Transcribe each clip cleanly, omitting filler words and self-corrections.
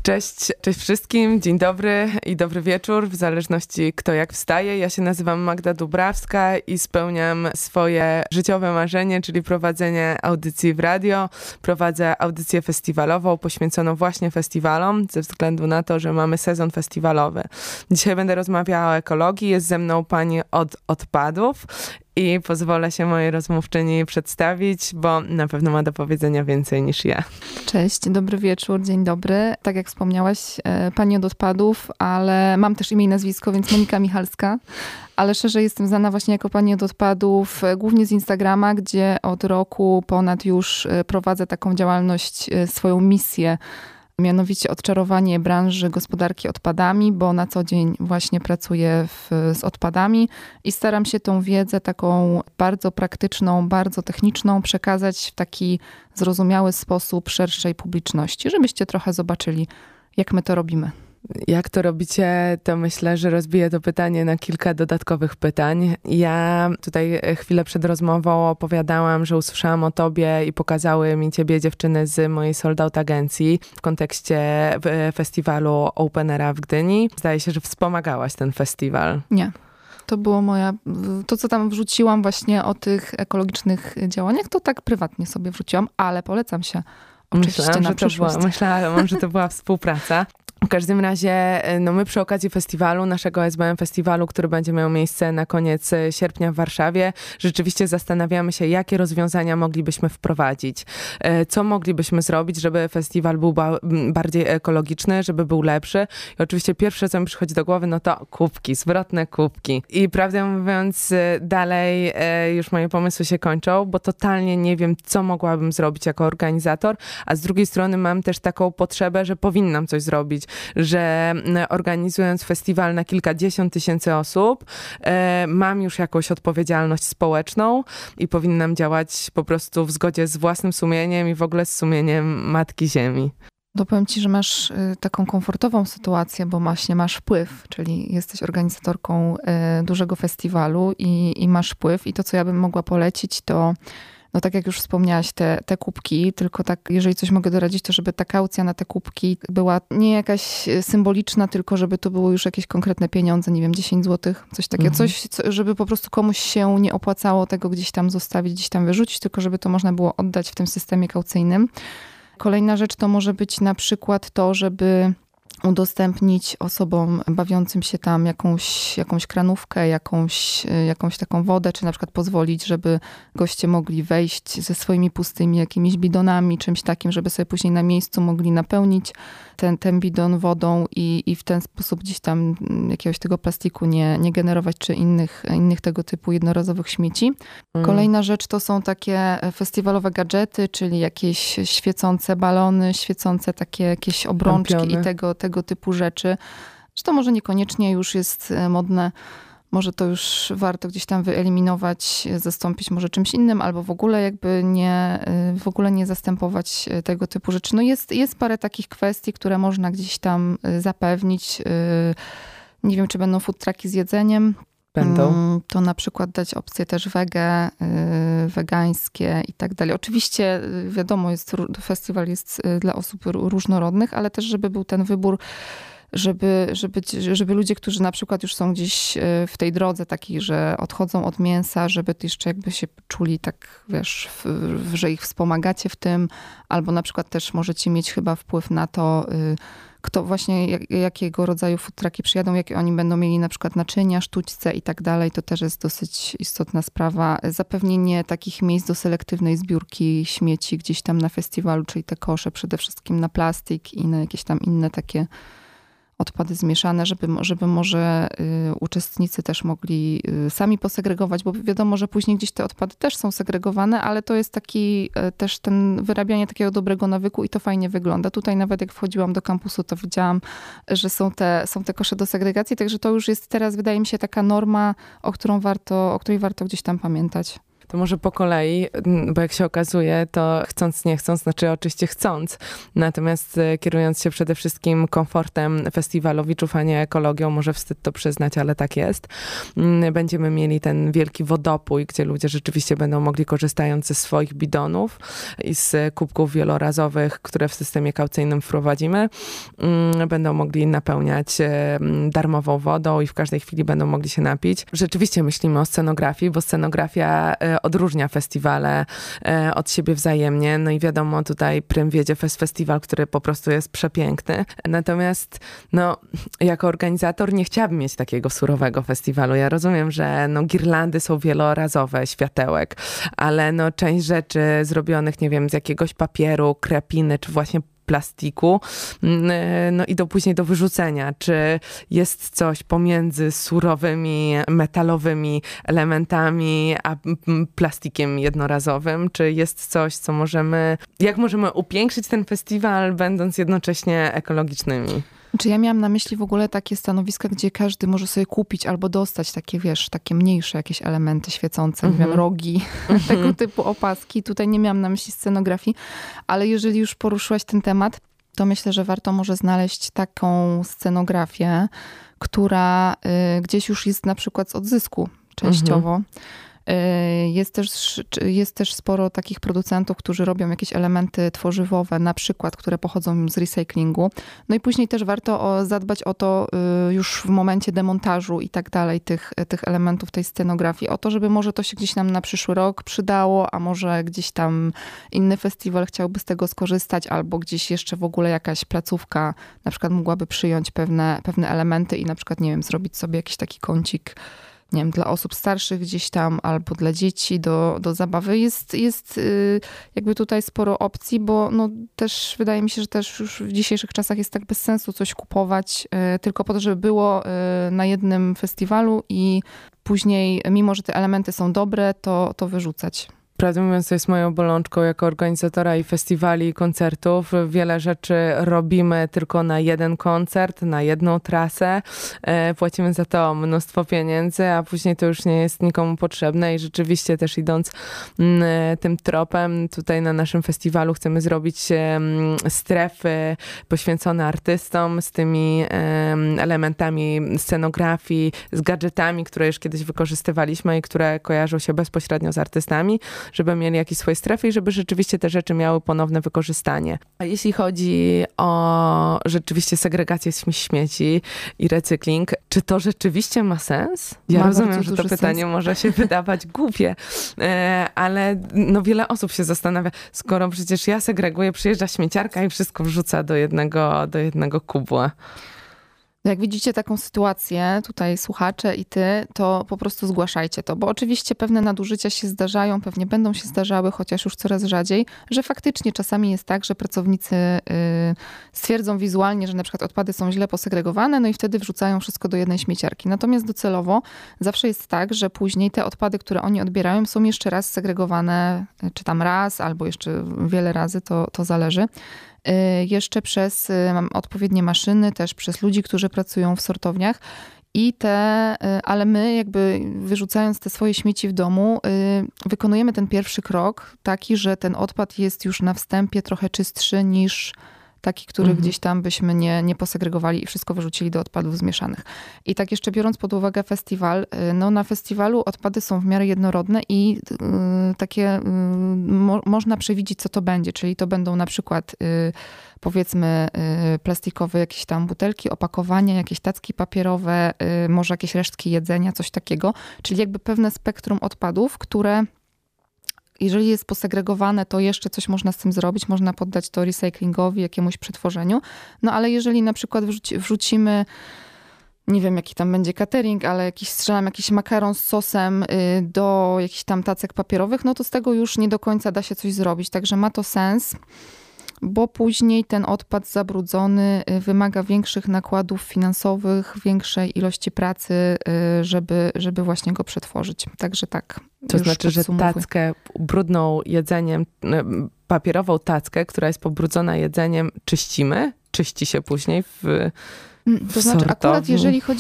Cześć wszystkim, dzień dobry i dobry wieczór, w zależności kto jak wstaje. Ja się nazywam Magda Dubrawska i spełniam swoje życiowe marzenie, czyli prowadzenie audycji w radio. Prowadzę audycję festiwalową poświęconą właśnie festiwalom, ze względu na to, że mamy sezon festiwalowy. Dzisiaj będę rozmawiała o ekologii, jest ze mną pani od odpadów. I pozwolę się mojej rozmówczyni przedstawić, bo na pewno ma do powiedzenia więcej niż ja. Cześć, dobry wieczór, dzień dobry. Tak jak wspomniałaś, pani od odpadów, ale mam też imię i nazwisko, więc Monika Michalska. Ale szerzej jestem znana właśnie jako pani od odpadów, głównie z Instagrama, gdzie od roku ponad już prowadzę taką działalność, swoją misję, mianowicie odczarowanie branży gospodarki odpadami, bo na co dzień właśnie pracuję z odpadami i staram się tą wiedzę taką bardzo praktyczną, bardzo techniczną przekazać w taki zrozumiały sposób szerszej publiczności, żebyście trochę zobaczyli, jak my to robimy. Jak to robicie, to myślę, że rozbiję to pytanie na kilka dodatkowych pytań. Ja tutaj chwilę przed rozmową opowiadałam, że usłyszałam o tobie i pokazały mi ciebie dziewczyny z mojej Sold Out agencji w kontekście festiwalu Open Aira w Gdyni. Zdaje się, że wspomagałaś ten festiwal. Nie. To było to co tam wrzuciłam właśnie o tych ekologicznych działaniach, to tak prywatnie sobie wrzuciłam, ale polecam się oczywiście na przyszłość. Myślałam, że to była współpraca. W każdym razie, my przy okazji festiwalu, naszego SBM festiwalu, który będzie miał miejsce na koniec sierpnia w Warszawie, rzeczywiście zastanawiamy się, jakie rozwiązania moglibyśmy wprowadzić. Co moglibyśmy zrobić, żeby festiwal był bardziej ekologiczny, żeby był lepszy. I oczywiście pierwsze, co mi przychodzi do głowy, no to kubki, zwrotne kubki. I prawdę mówiąc, dalej już moje pomysły się kończą, bo totalnie nie wiem, co mogłabym zrobić jako organizator, a z drugiej strony mam też taką potrzebę, że powinnam coś zrobić, że organizując festiwal na kilkadziesiąt tysięcy osób, mam już jakąś odpowiedzialność społeczną i powinnam działać po prostu w zgodzie z własnym sumieniem i w ogóle z sumieniem Matki Ziemi. Powiem ci, że masz taką komfortową sytuację, bo właśnie masz wpływ, czyli jesteś organizatorką dużego festiwalu i masz wpływ. I to, co ja bym mogła polecić, to no tak jak już wspomniałaś, te kubki, tylko tak, jeżeli coś mogę doradzić, to żeby ta kaucja na te kubki była nie jakaś symboliczna, tylko żeby to było już jakieś konkretne pieniądze, nie wiem, 10 zł, coś takiego. Coś, żeby po prostu komuś się nie opłacało tego gdzieś tam zostawić, gdzieś tam wyrzucić, tylko żeby to można było oddać w tym systemie kaucyjnym. Kolejna rzecz to może być na przykład to, żeby udostępnić osobom bawiącym się tam jakąś kranówkę, jakąś taką wodę, czy na przykład pozwolić, żeby goście mogli wejść ze swoimi pustymi jakimiś bidonami, czymś takim, żeby sobie później na miejscu mogli napełnić ten bidon wodą i w ten sposób gdzieś tam jakiegoś tego plastiku nie generować, czy innych tego typu jednorazowych śmieci. Kolejna rzecz to są takie festiwalowe gadżety, czyli jakieś świecące balony, świecące takie jakieś obrączki Lampiony. I tego typu rzeczy. Że to może niekoniecznie już jest modne, może to już warto gdzieś tam wyeliminować, zastąpić może czymś innym, albo w ogóle nie zastępować tego typu rzeczy. No jest parę takich kwestii, które można gdzieś tam zapewnić. Nie wiem, czy będą food trucki z jedzeniem. Będą. To na przykład dać opcje też wegańskie i tak dalej. Oczywiście wiadomo, festiwal jest dla osób różnorodnych, ale też żeby był ten wybór, żeby ludzie, którzy na przykład już są gdzieś w tej drodze takiej, że odchodzą od mięsa, żeby jeszcze jakby się czuli tak, wiesz, że ich wspomagacie w tym, albo na przykład też możecie mieć chyba wpływ na to, kto właśnie, jakiego rodzaju food trucki przyjadą, jakie oni będą mieli na przykład naczynia, sztućce i tak dalej. To też jest dosyć istotna sprawa. Zapewnienie takich miejsc do selektywnej zbiórki śmieci gdzieś tam na festiwalu, czyli te kosze przede wszystkim na plastik i na jakieś tam inne takie odpady zmieszane, żeby może uczestnicy też mogli sami posegregować, bo wiadomo, że później gdzieś te odpady też są segregowane, ale to jest taki też ten wyrabianie takiego dobrego nawyku i to fajnie wygląda. Tutaj nawet jak wchodziłam do kampusu, to widziałam, że są te kosze do segregacji, także to już jest teraz, wydaje mi się, taka norma, o której warto gdzieś tam pamiętać. To może po kolei, bo jak się okazuje, to chcąc, nie chcąc, znaczy oczywiście chcąc, natomiast kierując się przede wszystkim komfortem festiwalowiczów, a nie ekologią, może wstyd to przyznać, ale tak jest. Będziemy mieli ten wielki wodopój, gdzie ludzie rzeczywiście będą mogli, korzystając ze swoich bidonów i z kubków wielorazowych, które w systemie kaucyjnym wprowadzimy, będą mogli napełniać darmową wodą i w każdej chwili będą mogli się napić. Rzeczywiście myślimy o scenografii, bo scenografia odróżnia festiwale od siebie wzajemnie. No i wiadomo, tutaj prym wiedzie festiwal, który po prostu jest przepiękny. Natomiast jako organizator nie chciałabym mieć takiego surowego festiwalu. Ja rozumiem, że girlandy są wielorazowe, światełek, ale część rzeczy zrobionych, nie wiem, z jakiegoś papieru, krepiny, czy właśnie plastiku, idą później do wyrzucenia. Czy jest coś pomiędzy surowymi, metalowymi elementami, a plastikiem jednorazowym? Czy jest coś, jak możemy upiększyć ten festiwal, będąc jednocześnie ekologicznymi? Czy ja miałam na myśli w ogóle takie stanowiska, gdzie każdy może sobie kupić albo dostać takie, takie mniejsze jakieś elementy świecące, nie wiem, rogi, tego typu opaski. Tutaj nie miałam na myśli scenografii, ale jeżeli już poruszyłaś ten temat, to myślę, że warto może znaleźć taką scenografię, która gdzieś już jest na przykład z odzysku częściowo. Jest też sporo takich producentów, którzy robią jakieś elementy tworzywowe, na przykład, które pochodzą z recyklingu. No i później też warto zadbać o to już w momencie demontażu i tak dalej tych elementów tej scenografii, o to, żeby może to się gdzieś nam na przyszły rok przydało, a może gdzieś tam inny festiwal chciałby z tego skorzystać, albo gdzieś jeszcze w ogóle jakaś placówka na przykład mogłaby przyjąć pewne elementy i na przykład, nie wiem, zrobić sobie jakiś taki kącik, nie wiem, dla osób starszych gdzieś tam, albo dla dzieci do zabawy. Jest jakby tutaj sporo opcji, bo też wydaje mi się, że też już w dzisiejszych czasach jest tak bez sensu coś kupować tylko po to, żeby było na jednym festiwalu i później, mimo że te elementy są dobre, to wyrzucać. Prawdę mówiąc, to jest moją bolączką jako organizatora i festiwali, i koncertów. Wiele rzeczy robimy tylko na jeden koncert, na jedną trasę. Płacimy za to mnóstwo pieniędzy, a później to już nie jest nikomu potrzebne i rzeczywiście też idąc tym tropem, tutaj na naszym festiwalu chcemy zrobić strefy poświęcone artystom z tymi elementami scenografii, z gadżetami, które już kiedyś wykorzystywaliśmy i które kojarzą się bezpośrednio z artystami, żeby mieli jakieś swoje strefy i żeby rzeczywiście te rzeczy miały ponowne wykorzystanie. A jeśli chodzi o rzeczywiście segregację śmieci i recykling, czy to rzeczywiście ma sens? Ja rozumiem, że to pytanie może się wydawać głupie, ale wiele osób się zastanawia, skoro przecież ja segreguję, przyjeżdża śmieciarka i wszystko wrzuca do jednego kubła. Jak widzicie taką sytuację, tutaj słuchacze i ty, to po prostu zgłaszajcie to, bo oczywiście pewne nadużycia się zdarzają, pewnie będą się zdarzały, chociaż już coraz rzadziej, że faktycznie czasami jest tak, że pracownicy stwierdzą wizualnie, że na przykład odpady są źle posegregowane, no i wtedy wrzucają wszystko do jednej śmieciarki. Natomiast docelowo zawsze jest tak, że później te odpady, które oni odbierają, są jeszcze raz segregowane, czy tam raz, albo jeszcze wiele razy, to zależy. Jeszcze przez odpowiednie maszyny, też przez ludzi, którzy pracują w sortowniach. Ale my jakby wyrzucając te swoje śmieci w domu, wykonujemy ten pierwszy krok taki, że ten odpad jest już na wstępie trochę czystszy niż taki, który gdzieś tam byśmy nie posegregowali i wszystko wyrzucili do odpadów zmieszanych. I tak jeszcze biorąc pod uwagę festiwal, na festiwalu odpady są w miarę jednorodne i takie można przewidzieć, co to będzie, czyli to będą na przykład powiedzmy plastikowe jakieś tam butelki, opakowania, jakieś tacki papierowe, może jakieś resztki jedzenia, coś takiego, czyli jakby pewne spektrum odpadów, które jeżeli jest posegregowane, to jeszcze coś można z tym zrobić, można poddać to recyklingowi, jakiemuś przetworzeniu. Ale jeżeli na przykład wrzucimy, nie wiem jaki tam będzie catering, ale strzelam jakiś makaron z sosem do jakichś tam tacek papierowych, to z tego już nie do końca da się coś zrobić. Także ma to sens, bo później ten odpad zabrudzony wymaga większych nakładów finansowych, większej ilości pracy, żeby właśnie go przetworzyć. Także tak. To znaczy, że tackę brudną jedzeniem, papierową tackę, która jest pobrudzona jedzeniem, czyścimy? Czyści się później w To znaczy, akurat jeżeli chodzi o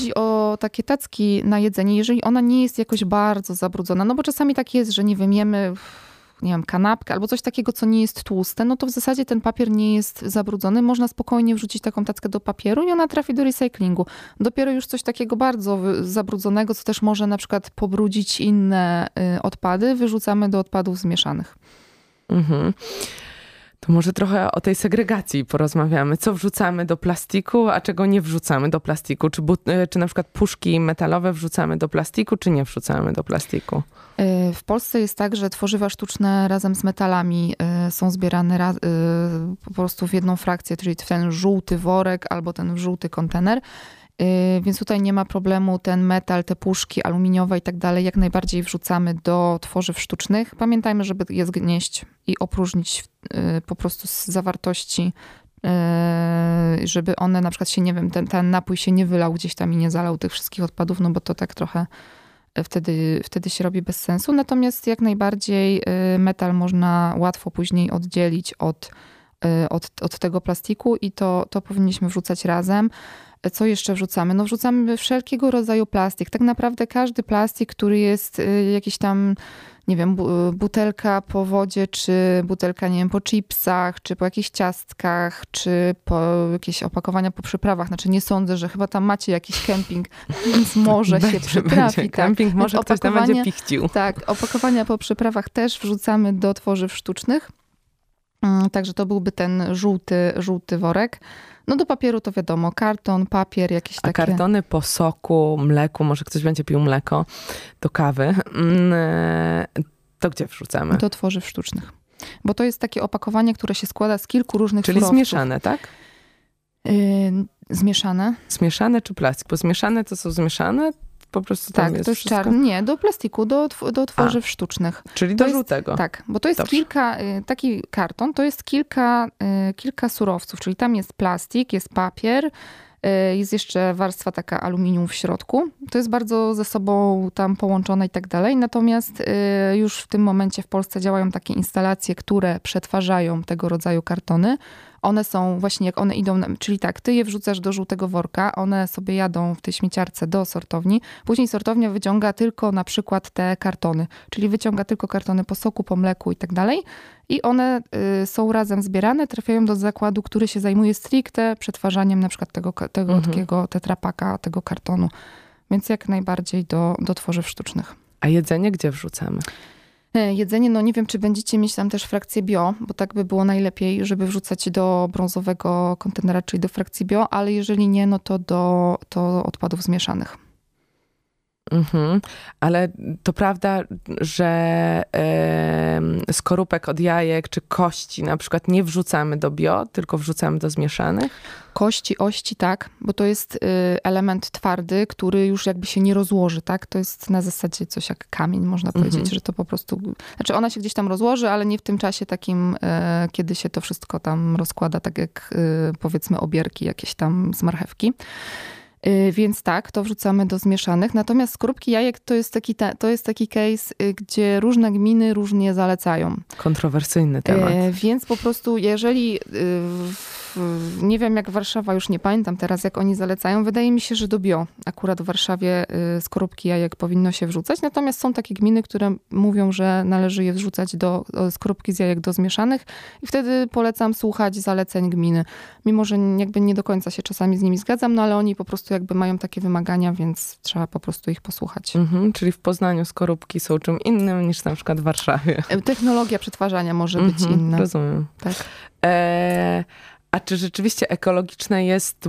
to takie tacki na jedzenie, jeżeli ona nie jest jakoś bardzo zabrudzona, no bo czasami tak jest, że nie wiem, jemy, nie wiem, kanapkę albo coś takiego, co nie jest tłuste, no to w zasadzie ten papier nie jest zabrudzony. Można spokojnie wrzucić taką tackę do papieru i ona trafi do recyklingu. Dopiero już coś takiego bardzo zabrudzonego, co też może na przykład pobrudzić inne odpady, wyrzucamy do odpadów zmieszanych. Mhm. To może trochę o tej segregacji porozmawiamy. Co wrzucamy do plastiku, a czego nie wrzucamy do plastiku? Czy na przykład puszki metalowe wrzucamy do plastiku, czy nie wrzucamy do plastiku? W Polsce jest tak, że tworzywa sztuczne razem z metalami są zbierane po prostu w jedną frakcję, czyli w ten żółty worek albo ten żółty kontener. Więc tutaj nie ma problemu, ten metal, te puszki aluminiowe i tak dalej, jak najbardziej wrzucamy do tworzyw sztucznych. Pamiętajmy, żeby je zgnieść i opróżnić po prostu z zawartości, żeby one na przykład się, nie wiem, ten napój się nie wylał gdzieś tam i nie zalał tych wszystkich odpadów, no bo to tak trochę wtedy się robi bez sensu. Natomiast jak najbardziej metal można łatwo później oddzielić od tego plastiku i to powinniśmy wrzucać razem. Co jeszcze wrzucamy? No wrzucamy wszelkiego rodzaju plastik. Tak naprawdę każdy plastik, który jest jakiś tam, nie wiem, butelka po wodzie, czy butelka, nie wiem, po chipsach, czy po jakichś ciastkach, czy po jakieś opakowania po przyprawach. Znaczy nie sądzę, że chyba tam macie jakiś kemping, więc może się przytrafi. Tak. Kemping, może ktoś tam będzie pichcił. Tak, opakowania po przyprawach też wrzucamy do tworzyw sztucznych. Także to byłby ten żółty worek. No do papieru to wiadomo, karton, papier, jakieś takie... A kartony po soku, mleku, może ktoś będzie pił mleko do kawy, to gdzie wrzucamy? Do tworzyw sztucznych. Bo to jest takie opakowanie, które się składa z kilku różnych surowców. Czyli zmieszane, tak? Zmieszane. Zmieszane czy plastik? Bo zmieszane to są zmieszane? Po prostu tam tak, jest to jest wszystko? czarny. Nie, do plastiku, do tworzyw sztucznych. Czyli do żółtego. Tak, bo to jest taki karton, to jest kilka surowców, czyli tam jest plastik, jest papier, jest jeszcze warstwa taka aluminium w środku. To jest bardzo ze sobą tam połączone i tak dalej. Natomiast już w tym momencie w Polsce działają takie instalacje, które przetwarzają tego rodzaju kartony. One są właśnie, jak one idą, czyli tak, ty je wrzucasz do żółtego worka, one sobie jadą w tej śmieciarce do sortowni, później sortownia wyciąga tylko na przykład te kartony, czyli wyciąga tylko kartony po soku, po mleku i tak dalej i one są razem zbierane, trafiają do zakładu, który się zajmuje stricte przetwarzaniem na przykład tego takiego tetrapaka, tego kartonu, więc jak najbardziej do tworzyw sztucznych. A jedzenie gdzie wrzucamy? Jedzenie, no nie wiem, czy będziecie mieć tam też frakcję bio, bo tak by było najlepiej, żeby wrzucać do brązowego kontenera, czyli do frakcji bio, ale jeżeli nie, no to do odpadów zmieszanych. Mhm. Ale to prawda, że skorupek od jajek czy kości na przykład nie wrzucamy do bio, tylko wrzucamy do zmieszanych? Kości, ości, tak, bo to jest element twardy, który już jakby się nie rozłoży, tak? To jest na zasadzie coś jak kamień, można powiedzieć, że to po prostu... Znaczy ona się gdzieś tam rozłoży, ale nie w tym czasie takim, kiedy się to wszystko tam rozkłada, tak jak powiedzmy obierki jakieś tam z marchewki. Więc tak, to wrzucamy do zmieszanych. Natomiast skorupki jajek to jest taki case, gdzie różne gminy różnie zalecają. Kontrowersyjny temat. Więc po prostu jeżeli, nie wiem jak Warszawa, już nie pamiętam teraz jak oni zalecają, wydaje mi się, że do bio. Akurat w Warszawie skorupki jajek powinno się wrzucać. Natomiast są takie gminy, które mówią, że należy je wrzucać do skorupki z jajek do zmieszanych i wtedy polecam słuchać zaleceń gminy. Mimo, że jakby nie do końca się czasami z nimi zgadzam, no ale oni po prostu jakby mają takie wymagania, więc trzeba po prostu ich posłuchać. Czyli w Poznaniu skorupki są czym innym niż na przykład w Warszawie. Technologia przetwarzania może być inna. Rozumiem. Tak. A czy rzeczywiście ekologiczne jest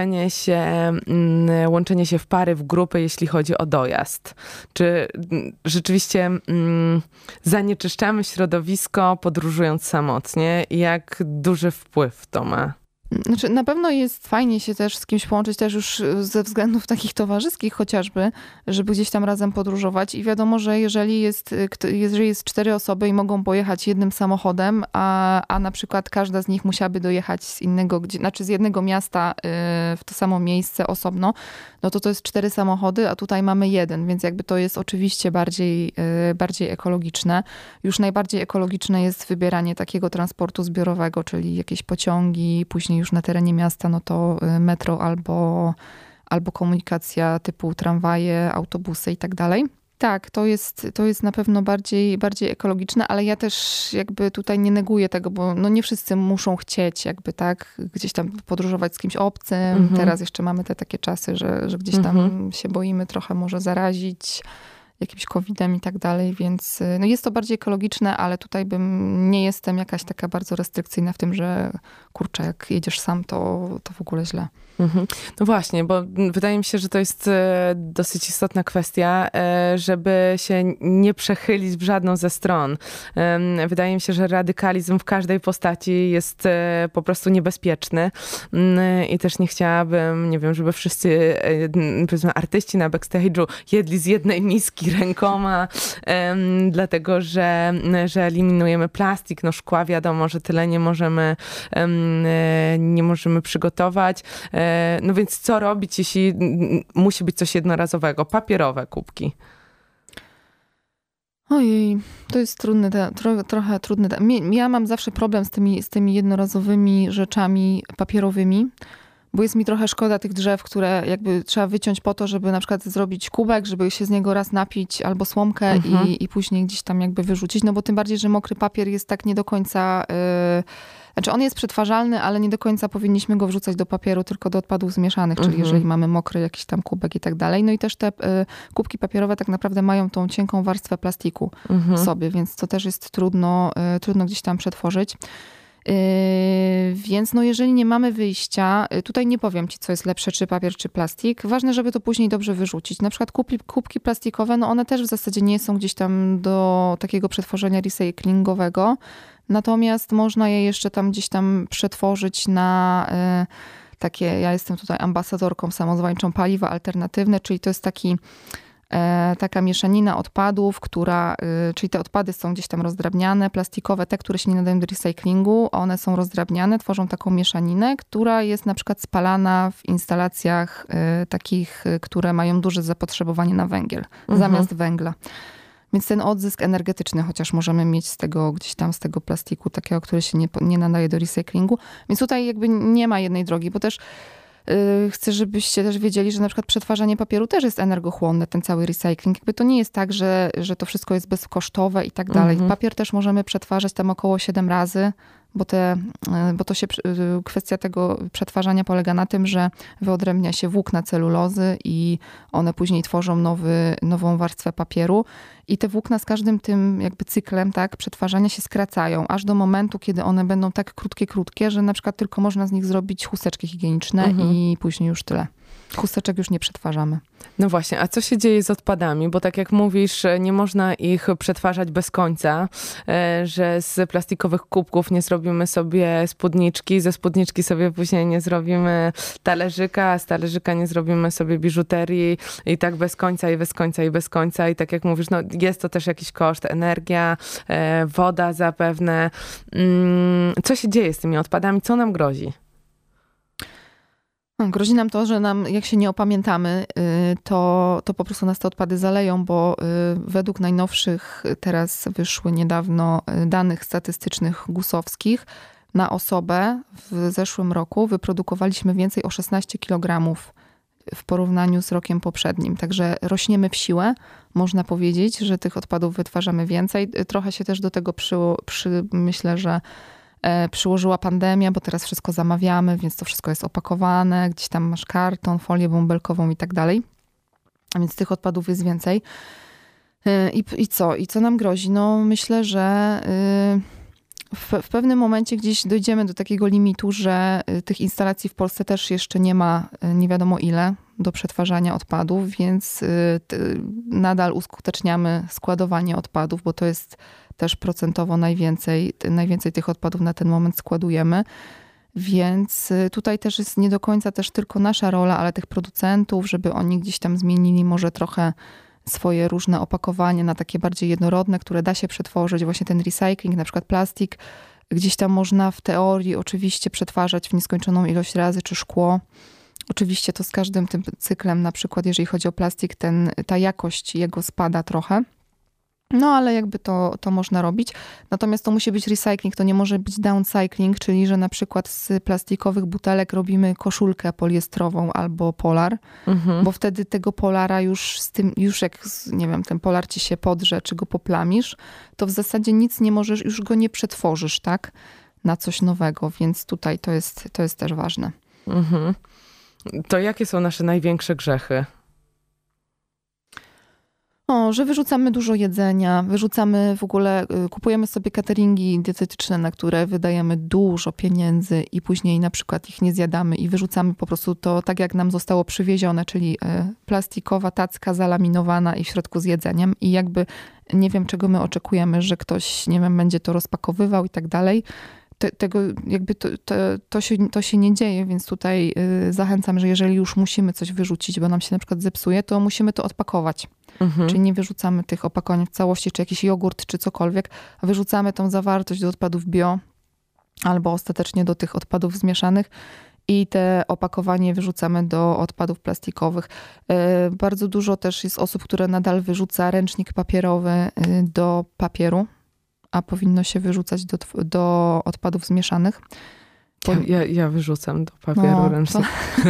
łączenie się w pary, w grupy, jeśli chodzi o dojazd? Czy rzeczywiście zanieczyszczamy środowisko podróżując samotnie? Jak duży wpływ to ma? Znaczy, na pewno jest fajnie się też z kimś połączyć, też już ze względów takich towarzyskich chociażby, żeby gdzieś tam razem podróżować. I wiadomo, że jeżeli jest 4 osoby i mogą pojechać jednym samochodem, a na przykład każda z nich musiałaby dojechać z jednego miasta w to samo miejsce osobno, no to jest 4 samochody, a tutaj mamy 1, więc jakby to jest oczywiście bardziej ekologiczne. Już najbardziej ekologiczne jest wybieranie takiego transportu zbiorowego, czyli jakieś pociągi, później już na terenie miasta, no to metro albo komunikacja typu tramwaje, autobusy i tak dalej. Tak, to jest na pewno bardziej ekologiczne, ale ja też jakby tutaj nie neguję tego, bo no nie wszyscy muszą chcieć jakby tak gdzieś tam podróżować z kimś obcym. Teraz jeszcze mamy te takie czasy, że gdzieś tam się boimy trochę może zarazić jakimś COVID-em i tak dalej, więc no jest to bardziej ekologiczne, ale tutaj nie jestem jakaś taka bardzo restrykcyjna w tym, że kurczę, jak jedziesz sam, to w ogóle źle. No właśnie, bo wydaje mi się, że to jest dosyć istotna kwestia, żeby się nie przechylić w żadną ze stron. Wydaje mi się, że radykalizm w każdej postaci jest po prostu niebezpieczny i też nie chciałabym, nie wiem, żeby wszyscy powiedzmy artyści na backstage'u jedli z jednej miski rękoma, dlatego, że eliminujemy plastik, no szkła wiadomo, że tyle nie możemy przygotować. No więc co robić, jeśli musi być coś jednorazowego? Papierowe kubki. Ojej, to jest trudne, trochę trudne. Ja mam zawsze problem z tymi jednorazowymi rzeczami papierowymi, bo jest mi trochę szkoda tych drzew, które jakby trzeba wyciąć po to, żeby na przykład zrobić kubek, żeby się z niego raz napić albo słomkę i później gdzieś tam jakby wyrzucić. No bo tym bardziej, że mokry papier jest tak nie do końca... Znaczy on jest przetwarzalny, ale nie do końca powinniśmy go wrzucać do papieru, tylko do odpadów zmieszanych, czyli jeżeli mamy mokry jakiś tam kubek i tak dalej. No i też te kubki papierowe tak naprawdę mają tą cienką warstwę plastiku w sobie, więc to też jest trudno gdzieś tam przetworzyć. Więc no jeżeli nie mamy wyjścia, tutaj nie powiem ci, co jest lepsze, czy papier, czy plastik. Ważne, żeby to później dobrze wyrzucić. Na przykład kubki plastikowe, no one też w zasadzie nie są gdzieś tam do takiego przetworzenia recyklingowego. Natomiast można je jeszcze tam gdzieś tam przetworzyć na takie, ja jestem tutaj ambasadorką samozwańczą paliwa alternatywne, czyli to jest taka mieszanina odpadów, czyli te odpady są gdzieś tam rozdrabniane, plastikowe, te, które się nie nadają do recyklingu, one są rozdrabniane, tworzą taką mieszaninę, która jest na przykład spalana w instalacjach takich, które mają duże zapotrzebowanie na węgiel, zamiast węgla. Więc ten odzysk energetyczny chociaż możemy mieć z tego plastiku takiego, który się nie nadaje do recyklingu. Więc tutaj jakby nie ma jednej drogi, bo też chcę, żebyście też wiedzieli, że na przykład przetwarzanie papieru też jest energochłonne, ten cały recycling. Jakby to nie jest tak, że to wszystko jest bezkosztowe i tak dalej. Papier też możemy przetwarzać tam około 7 razy, bo kwestia tego przetwarzania polega na tym, że wyodrębnia się włókna celulozy i one później tworzą nową warstwę papieru i te włókna z każdym tym jakby cyklem, tak, przetwarzania się skracają, aż do momentu, kiedy one będą tak krótkie, że na przykład tylko można z nich zrobić chusteczki higieniczne i później już tyle. Chusteczek już nie przetwarzamy. No właśnie, a co się dzieje z odpadami? Bo tak jak mówisz, nie można ich przetwarzać bez końca, że z plastikowych kubków nie zrobimy sobie spódniczki, ze spódniczki sobie później nie zrobimy talerzyka, a z talerzyka nie zrobimy sobie biżuterii i tak bez końca i bez końca i bez końca. I tak jak mówisz, no jest to też jakiś koszt, energia, woda zapewne. Co się dzieje z tymi odpadami? Co nam grozi? Grozi nam to, że jak się nie opamiętamy, to po prostu nas te odpady zaleją, bo według najnowszych, teraz wyszły niedawno danych statystycznych GUS-owskich, na osobę w zeszłym roku wyprodukowaliśmy więcej o 16 kg w porównaniu z rokiem poprzednim. Także rośniemy w siłę, można powiedzieć, że tych odpadów wytwarzamy więcej. Trochę się też do tego myślę, że przyłożyła pandemia, bo teraz wszystko zamawiamy, więc to wszystko jest opakowane, gdzieś tam masz karton, folię bąbelkową i tak dalej. A więc tych odpadów jest więcej. I co? I co nam grozi? No myślę, że w pewnym momencie gdzieś dojdziemy do takiego limitu, że tych instalacji w Polsce też jeszcze nie ma nie wiadomo ile do przetwarzania odpadów, więc nadal uskuteczniamy składowanie odpadów, bo to jest też procentowo najwięcej tych odpadów na ten moment składujemy. Więc tutaj też jest nie do końca też tylko nasza rola, ale tych producentów, żeby oni gdzieś tam zmienili może trochę swoje różne opakowanie na takie bardziej jednorodne, które da się przetworzyć. Właśnie ten recycling, na przykład plastik, gdzieś tam można w teorii oczywiście przetwarzać w nieskończoną ilość razy, czy szkło. Oczywiście to z każdym tym cyklem, na przykład jeżeli chodzi o plastik, ta jakość jego spada trochę. No ale jakby to można robić. Natomiast to musi być recycling, to nie może być downcycling, czyli że na przykład z plastikowych butelek robimy koszulkę poliestrową albo polar, bo wtedy tego polara już jak, nie wiem, ten polar ci się podrze, czy go poplamisz, to w zasadzie nic nie możesz, już go nie przetworzysz, tak? Na coś nowego, więc tutaj to jest też ważne. To jakie są nasze największe grzechy? Że wyrzucamy dużo jedzenia, w ogóle, kupujemy sobie cateringi dietetyczne, na które wydajemy dużo pieniędzy i później na przykład ich nie zjadamy i wyrzucamy po prostu to tak, jak nam zostało przywiezione, czyli plastikowa tacka zalaminowana i w środku z jedzeniem i jakby nie wiem, czego my oczekujemy, że ktoś, nie wiem, będzie to rozpakowywał i tak dalej. Tego jakby to się nie dzieje, więc tutaj zachęcam, że jeżeli już musimy coś wyrzucić, bo nam się na przykład zepsuje, to musimy to odpakować. Czyli nie wyrzucamy tych opakowań w całości, czy jakiś jogurt, czy cokolwiek, a wyrzucamy tą zawartość do odpadów bio albo ostatecznie do tych odpadów zmieszanych i te opakowanie wyrzucamy do odpadów plastikowych. Bardzo dużo też jest osób, które nadal wyrzuca ręcznik papierowy do papieru, a powinno się wyrzucać do odpadów zmieszanych. Ja wyrzucam do papieru ręcznik.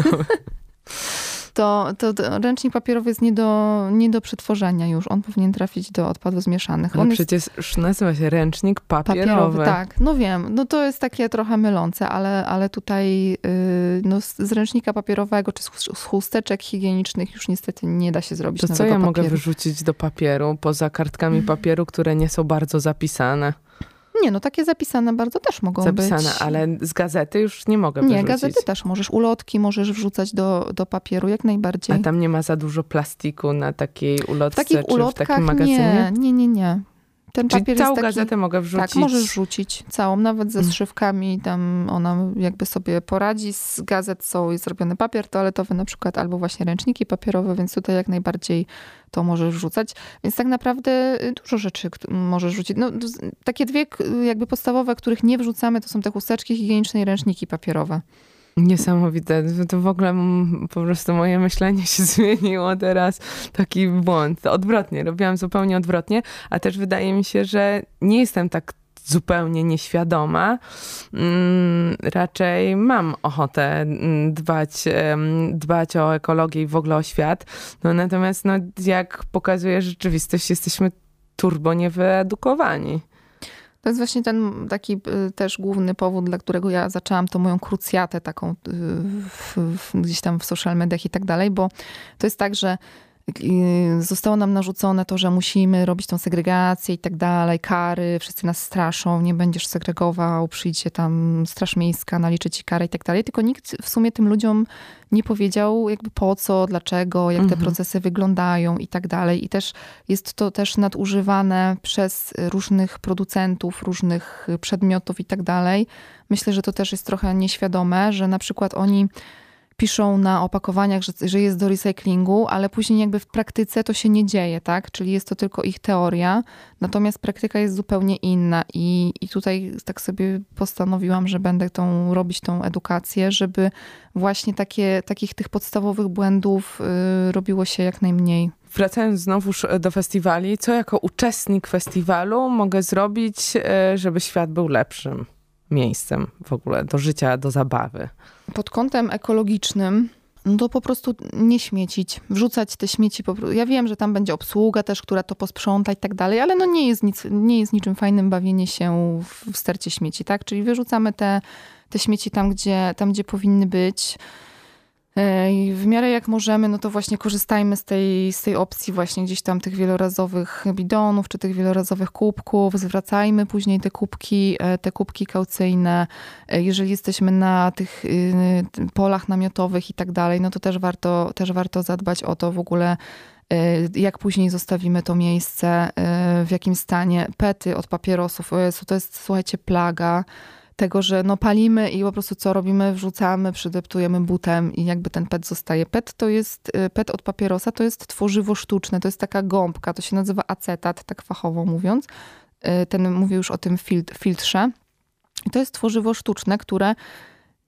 To ręcznik papierowy jest nie do przetworzenia już. On powinien trafić do odpadów zmieszanych. Ale przecież nazywa się ręcznik papierowy. Tak, no wiem. No to jest takie trochę mylące, ale tutaj z ręcznika papierowego czy z chusteczek higienicznych już niestety nie da się zrobić to nowego co ja papieru. mogę wyrzucić do papieru poza kartkami papieru, które nie są bardzo zapisane? Nie, no takie zapisane bardzo też mogą być. Zapisane, ale z gazety już nie mogę wyrzucić. Nie, gazety też możesz. Ulotki możesz wrzucać do papieru, jak najbardziej. A tam nie ma za dużo plastiku na takiej ulotce, czy w takim magazynie? Nie. Ten Czyli papier całą jest taki, gazetę mogę wrzucić? Tak, możesz wrzucić całą, nawet ze zszywkami. Tam ona jakby sobie poradzi. Z gazet jest zrobiony papier toaletowy na przykład, albo właśnie ręczniki papierowe, więc tutaj jak najbardziej to możesz wrzucać. Więc tak naprawdę dużo rzeczy możesz wrzucić. No, takie dwie jakby podstawowe, których nie wrzucamy, to są te chusteczki higieniczne i ręczniki papierowe. Niesamowite. To w ogóle po prostu moje myślenie się zmieniło teraz. Taki błąd. Odwrotnie. Robiłam zupełnie odwrotnie, a też wydaje mi się, że nie jestem tak zupełnie nieświadoma. Raczej mam ochotę dbać o ekologię i w ogóle o świat. Natomiast jak pokazuje rzeczywistość, jesteśmy turbo niewyedukowani. To jest właśnie ten taki też główny powód, dla którego ja zaczęłam tą moją krucjatę taką gdzieś tam w social mediach i tak dalej, bo to jest tak, że zostało nam narzucone to, że musimy robić tą segregację i tak dalej, kary, wszyscy nas straszą, nie będziesz segregował, przyjdzie tam straż miejska, naliczy ci karę i tak dalej, tylko nikt w sumie tym ludziom nie powiedział jakby po co, dlaczego, jak te procesy wyglądają i tak dalej. I też jest to też nadużywane przez różnych producentów, różnych przedmiotów i tak dalej. Myślę, że to też jest trochę nieświadome, że na przykład oni piszą na opakowaniach, że jest do recyklingu, ale później jakby w praktyce to się nie dzieje, tak? Czyli jest to tylko ich teoria, natomiast praktyka jest zupełnie inna i tutaj tak sobie postanowiłam, że będę robić tą edukację, żeby właśnie takich tych podstawowych błędów robiło się jak najmniej. Wracając znowuż do festiwali, co jako uczestnik festiwalu mogę zrobić, żeby świat był lepszym miejscem w ogóle do życia, do zabawy? Pod kątem ekologicznym, no to po prostu nie śmiecić, wrzucać te śmieci. Ja wiem, że tam będzie obsługa też, która to posprząta i tak dalej, ale no nie jest niczym fajnym bawienie się w stercie śmieci, tak? Czyli wyrzucamy te śmieci tam, gdzie powinny być. I w miarę jak możemy, no to właśnie korzystajmy z tej opcji właśnie gdzieś tam tych wielorazowych bidonów, czy tych wielorazowych kubków, zwracajmy później te kubki kaucyjne. Jeżeli jesteśmy na tych polach namiotowych i tak dalej, no to też warto zadbać o to w ogóle, jak później zostawimy to miejsce, w jakim stanie. Pety od papierosów, o Jezu, to jest, słuchajcie, plaga tego, że no palimy i po prostu co robimy? Wrzucamy, przydeptujemy butem i jakby ten PET zostaje. PET od papierosa to jest tworzywo sztuczne, to jest taka gąbka, to się nazywa acetat, tak fachowo mówiąc. Mówię już o tym filtrze. I to jest tworzywo sztuczne, które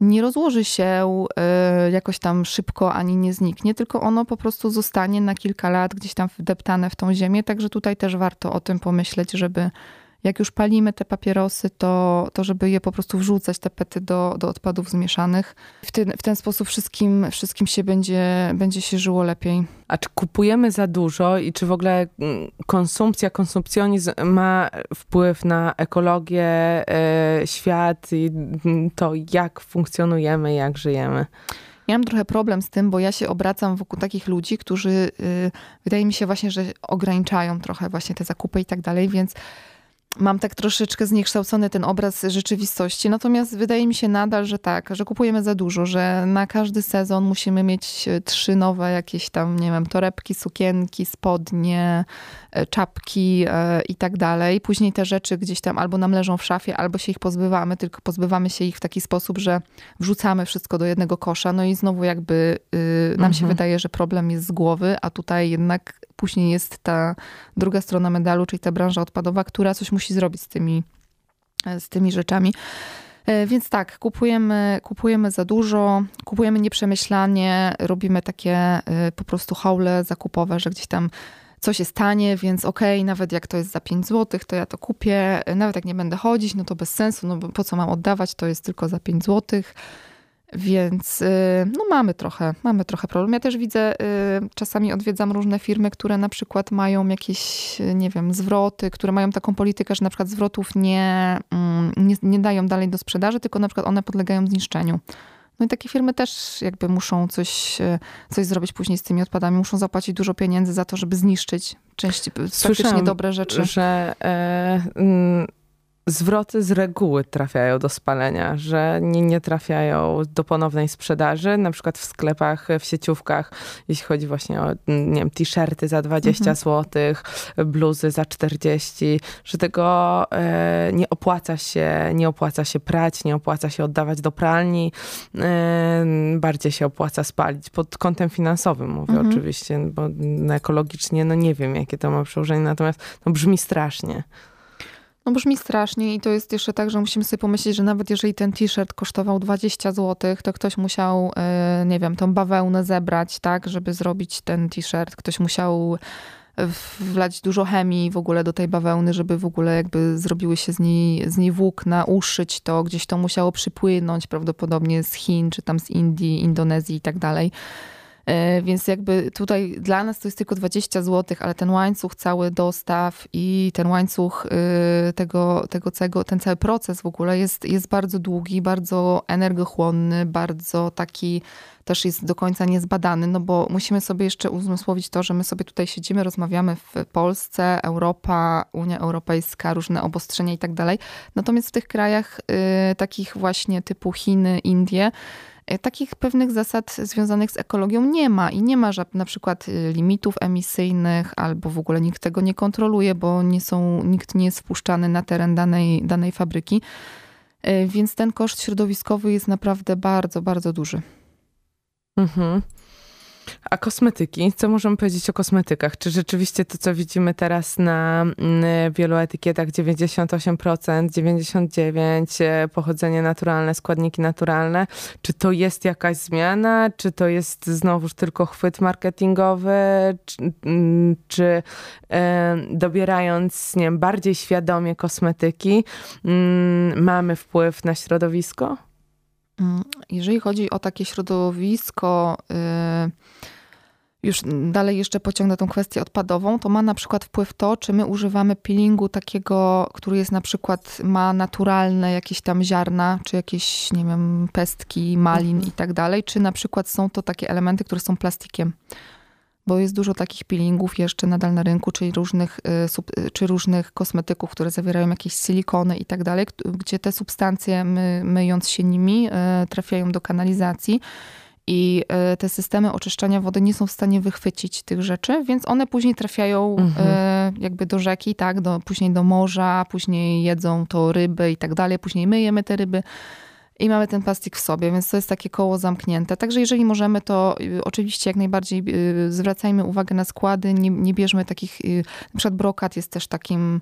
nie rozłoży się jakoś tam szybko, ani nie zniknie, tylko ono po prostu zostanie na kilka lat gdzieś tam wdeptane w tą ziemię, także tutaj też warto o tym pomyśleć, żeby jak już palimy te papierosy, to żeby je po prostu wrzucać, te pety do odpadów zmieszanych. W ten sposób wszystkim się będzie się żyło lepiej. A czy kupujemy za dużo i czy w ogóle konsumpcjonizm ma wpływ na ekologię, świat i to, jak funkcjonujemy, jak żyjemy? Ja mam trochę problem z tym, bo ja się obracam wokół takich ludzi, którzy wydaje mi się właśnie, że ograniczają trochę właśnie te zakupy i tak dalej, więc mam tak troszeczkę zniekształcony ten obraz rzeczywistości, natomiast wydaje mi się nadal, że tak, że kupujemy za dużo, że na każdy sezon musimy mieć 3 nowe jakieś tam, nie wiem, torebki, sukienki, spodnie, czapki i tak dalej. Później te rzeczy gdzieś tam albo nam leżą w szafie, albo się ich pozbywamy, tylko pozbywamy się ich w taki sposób, że wrzucamy wszystko do jednego kosza, no i znowu jakby nam się wydaje, że problem jest z głowy, a tutaj jednak później jest ta druga strona medalu, czyli ta branża odpadowa, która coś musi zrobić z tymi rzeczami. Więc tak, kupujemy za dużo, kupujemy nieprzemyślanie, robimy takie po prostu haule zakupowe, że gdzieś tam coś jest tanie, więc okej, nawet jak to jest za 5 zł, to ja to kupię. Nawet jak nie będę chodzić, no to bez sensu, no bo po co mam oddawać, to jest tylko za 5 zł. Więc no mamy trochę problem. Ja też widzę, czasami odwiedzam różne firmy, które na przykład mają jakieś, nie wiem, zwroty, które mają taką politykę, że na przykład zwrotów nie dają dalej do sprzedaży, tylko na przykład one podlegają zniszczeniu. No i takie firmy też jakby muszą coś zrobić później z tymi odpadami. Muszą zapłacić dużo pieniędzy za to, żeby zniszczyć faktycznie dobre rzeczy. Że zwroty z reguły trafiają do spalenia, że nie trafiają do ponownej sprzedaży, na przykład w sklepach, w sieciówkach, jeśli chodzi właśnie o, nie wiem, t-shirty za 20 zł, bluzy za 40, że tego nie opłaca się prać, nie opłaca się oddawać do pralni, bardziej się opłaca spalić pod kątem finansowym, mówię oczywiście, bo ekologicznie, no nie wiem, jakie to ma przełożenie, natomiast no brzmi strasznie. No brzmi strasznie i to jest jeszcze tak, że musimy sobie pomyśleć, że nawet jeżeli ten t-shirt kosztował 20 zł, to ktoś musiał, nie wiem, tą bawełnę zebrać, tak, żeby zrobić ten t-shirt. Ktoś musiał wlać dużo chemii w ogóle do tej bawełny, żeby w ogóle jakby zrobiły się z niej włókna, uszyć to, gdzieś to musiało przypłynąć prawdopodobnie z Chin, czy tam z Indii, Indonezji i tak dalej. Więc jakby tutaj dla nas to jest tylko 20 zł, ale ten łańcuch cały dostaw i ten łańcuch ten cały proces w ogóle jest bardzo długi, bardzo energochłonny, bardzo taki też jest do końca niezbadany, no bo musimy sobie jeszcze uzmysłowić to, że my sobie tutaj siedzimy, rozmawiamy w Polsce, Europa, Unia Europejska, różne obostrzenia i tak dalej. Natomiast w tych krajach takich właśnie typu Chiny, Indie, takich pewnych zasad związanych z ekologią nie ma i nie ma na przykład limitów emisyjnych albo w ogóle nikt tego nie kontroluje, bo nikt nie jest wpuszczany na teren danej fabryki. Więc ten koszt środowiskowy jest naprawdę bardzo, bardzo duży. Mhm. A kosmetyki? Co możemy powiedzieć o kosmetykach? Czy rzeczywiście to, co widzimy teraz na wielu etykietach, 98%, 99%, pochodzenie naturalne, składniki naturalne, czy to jest jakaś zmiana? Czy to jest znowuż tylko chwyt marketingowy? Czy dobierając, nie wiem, bardziej świadomie kosmetyki, mamy wpływ na środowisko? Jeżeli chodzi o takie środowisko, już dalej jeszcze pociągnę tą kwestię odpadową, to ma na przykład wpływ to, czy my używamy peelingu takiego, który jest na przykład, ma naturalne jakieś tam ziarna, czy jakieś, nie wiem, pestki, malin i tak dalej, czy na przykład są to takie elementy, które są plastikiem. Bo jest dużo takich peelingów jeszcze nadal na rynku, czy różnych kosmetyków, które zawierają jakieś silikony i tak dalej, gdzie te substancje, myjąc się nimi, trafiają do kanalizacji i te systemy oczyszczania wody nie są w stanie wychwycić tych rzeczy, więc one później trafiają jakby do rzeki, tak, później do morza, później jedzą to ryby i tak dalej, później my jemy te ryby. I mamy ten plastik w sobie, więc to jest takie koło zamknięte. Także jeżeli możemy, to oczywiście jak najbardziej zwracajmy uwagę na składy, nie bierzmy takich, na przykład brokat jest też takim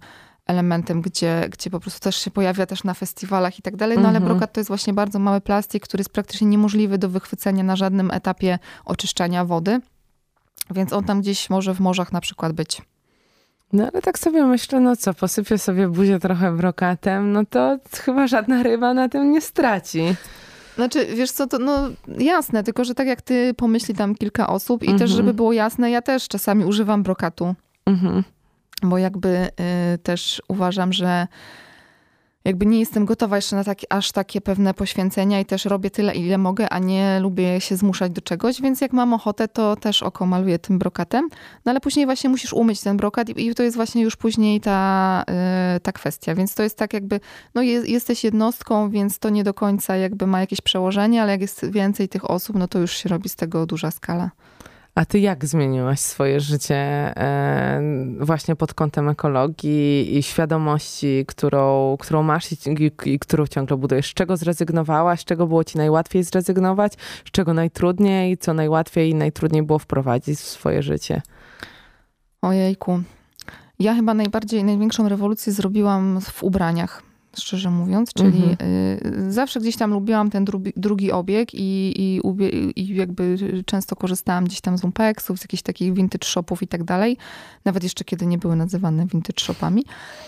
elementem, gdzie po prostu też się pojawia też na festiwalach i tak dalej, no ale brokat to jest właśnie bardzo mały plastik, który jest praktycznie niemożliwy do wychwycenia na żadnym etapie oczyszczania wody, więc on tam gdzieś może w morzach na przykład być. No ale tak sobie myślę, no co, posypię sobie buzię trochę brokatem, no to chyba żadna ryba na tym nie straci. Znaczy, wiesz co, to no jasne, tylko że tak jak ty pomyśli tam kilka osób i też, żeby było jasne, ja też czasami używam brokatu. Bo jakby też uważam, że jakby nie jestem gotowa jeszcze na aż takie pewne poświęcenia i też robię tyle, ile mogę, a nie lubię się zmuszać do czegoś, więc jak mam ochotę, to też oko maluję tym brokatem. No ale później właśnie musisz umyć ten brokat i to jest właśnie już później ta kwestia. Więc to jest tak jakby, no jesteś jednostką, więc to nie do końca jakby ma jakieś przełożenie, ale jak jest więcej tych osób, no to już się robi z tego duża skala. A ty jak zmieniłaś swoje życie właśnie pod kątem ekologii i świadomości, którą masz i którą ciągle budujesz? Z czego zrezygnowałaś? Z czego było ci najłatwiej zrezygnować? Z czego najtrudniej? Co najłatwiej i najtrudniej było wprowadzić w swoje życie? Ojejku. Ja chyba największą rewolucję zrobiłam w ubraniach. Szczerze mówiąc, czyli zawsze gdzieś tam lubiłam ten drugi obieg i jakby często korzystałam gdzieś tam z lumpeksów, z jakichś takich vintage shopów i tak dalej. Nawet jeszcze kiedy nie były nazywane vintage shopami.